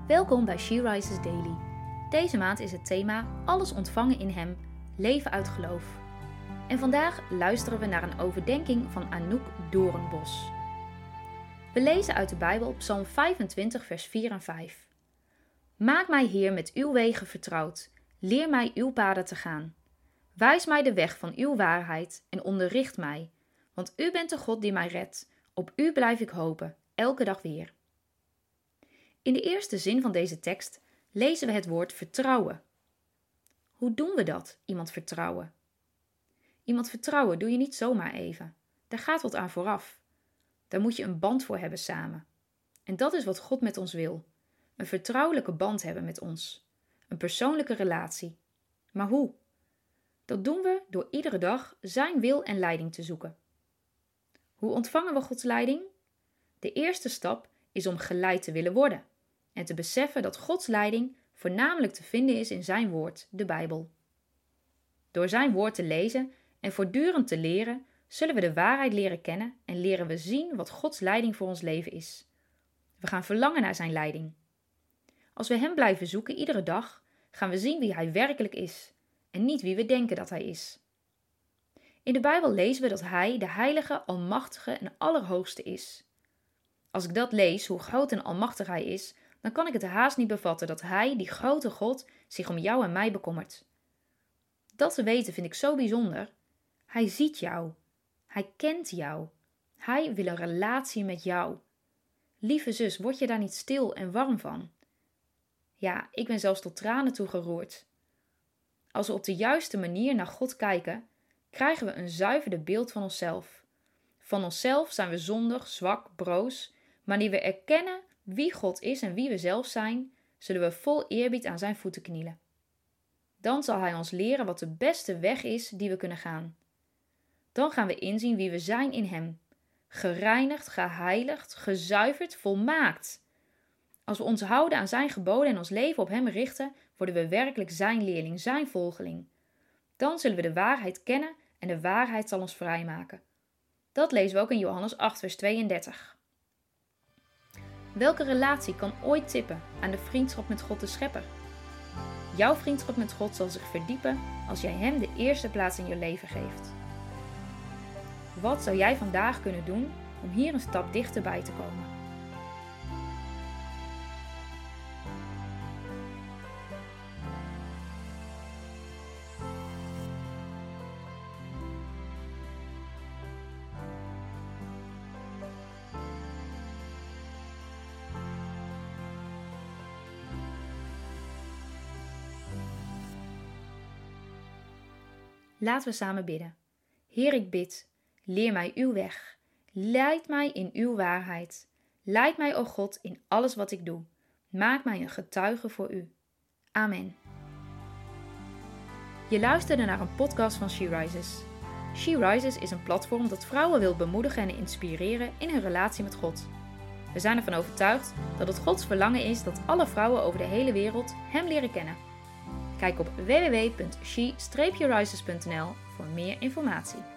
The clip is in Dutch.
Welkom bij She Rises Daily. Deze maand is het thema Alles ontvangen in Hem, leven uit geloof. En vandaag luisteren we naar een overdenking van Anouk Doornbos. We lezen uit de Bijbel Psalm 25 vers 4 en 5. Maak mij, Heer, met uw wegen vertrouwd. Leer mij uw paden te gaan. Wijs mij de weg van uw waarheid en onderricht mij. Want u bent de God die mij redt. Op u blijf ik hopen, elke dag weer. In de eerste zin van deze tekst lezen we het woord vertrouwen. Hoe doen we dat, iemand vertrouwen? Iemand vertrouwen doe je niet zomaar even. Daar gaat wat aan vooraf. Daar moet je een band voor hebben samen. En dat is wat God met ons wil. Een vertrouwelijke band hebben met ons. Een persoonlijke relatie. Maar hoe? Dat doen we door iedere dag zijn wil en leiding te zoeken. Hoe ontvangen we Gods leiding? De eerste stap is om geleid te willen worden. En te beseffen dat Gods leiding voornamelijk te vinden is in zijn woord, de Bijbel. Door zijn woord te lezen en voortdurend te leren, zullen we de waarheid leren kennen en leren we zien wat Gods leiding voor ons leven is. We gaan verlangen naar zijn leiding. Als we hem blijven zoeken iedere dag, gaan we zien wie hij werkelijk is en niet wie we denken dat hij is. In de Bijbel lezen we dat hij de heilige, almachtige en allerhoogste is. Als ik dat lees, hoe groot en almachtig hij is, dan kan ik het haast niet bevatten dat hij, die grote God, zich om jou en mij bekommert. Dat te weten vind ik zo bijzonder. Hij ziet jou. Hij kent jou. Hij wil een relatie met jou. Lieve zus, word je daar niet stil en warm van? Ja, ik ben zelfs tot tranen toe geroerd. Als we op de juiste manier naar God kijken, krijgen we een zuiverder beeld van onszelf. Van onszelf zijn we zondig, zwak, broos, maar wanneer we erkennen wie God is en wie we zelf zijn, zullen we vol eerbied aan zijn voeten knielen. Dan zal hij ons leren wat de beste weg is die we kunnen gaan. Dan gaan we inzien wie we zijn in hem. Gereinigd, geheiligd, gezuiverd, volmaakt. Als we ons houden aan zijn geboden en ons leven op hem richten, worden we werkelijk zijn leerling, zijn volgeling. Dan zullen we de waarheid kennen en de waarheid zal ons vrijmaken. Dat lezen we ook in Johannes 8 vers 32. Welke relatie kan ooit tippen aan de vriendschap met God de Schepper? Jouw vriendschap met God zal zich verdiepen als jij hem de eerste plaats in je leven geeft. Wat zou jij vandaag kunnen doen om hier een stap dichterbij te komen? Laten we samen bidden. Heer, ik bid, leer mij uw weg. Leid mij in uw waarheid. Leid mij, o God, in alles wat ik doe. Maak mij een getuige voor u. Amen. Je luisterde naar een podcast van She Rises. She Rises is een platform dat vrouwen wil bemoedigen en inspireren in hun relatie met God. We zijn ervan overtuigd dat het Gods verlangen is dat alle vrouwen over de hele wereld hem leren kennen. Kijk op www.she-rises.nl voor meer informatie.